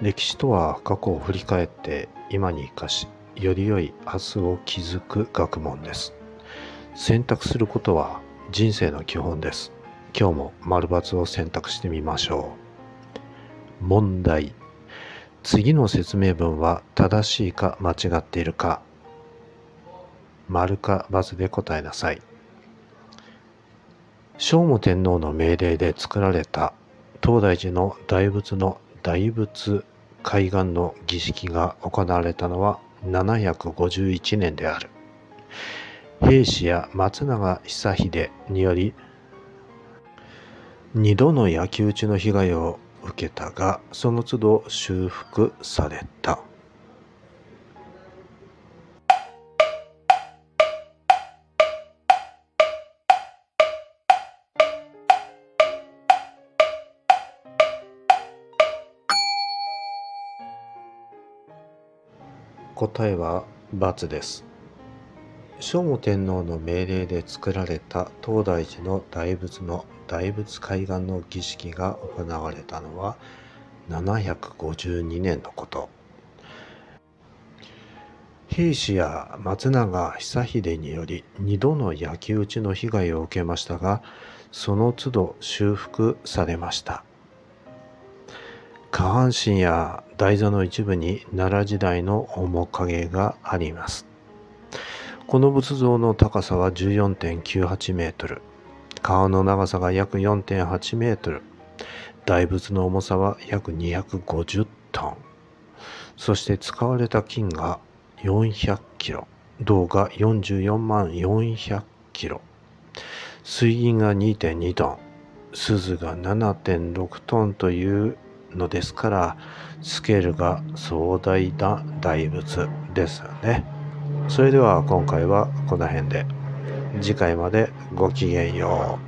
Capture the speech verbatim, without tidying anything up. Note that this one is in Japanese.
歴史とは過去を振り返って今に生かし、より良い明日を築く学問です。選択することは人生の基本です。今日も丸×を選択してみましょう。問題。次の説明文は正しいか間違っているか、丸か×で答えなさい。聖武天皇の命令で作られた東大寺の大仏の大仏開眼の儀式が行われたのはななひゃくごじゅういちねんである。平氏や松永久秀により二度の焼き討ちの被害を受けたが、その都度修復された。答えは×です。聖武天皇の命令で作られた東大寺の大仏の大仏開眼の儀式が行われたのはななひゃくごじゅうにねんのこと。平氏や松永久秀により二度の焼き討ちの被害を受けましたが、その都度修復されました。下半身や台座の一部に奈良時代の面影があります。この仏像の高さは じゅうよんてんきゅうはちメートル、顔の長さが約 よんてんはちメートル、大仏の重さは約にひゃくごじゅっトン、そして使われた金がよんひゃくキロ、銅がよんじゅうよんまんよんひゃくキロ、水銀が にてんにトン、錫が ななてんろくトンというのですから、スケールが壮大な大仏ですよね。それでは今回はこの辺で。次回までごきげんよう。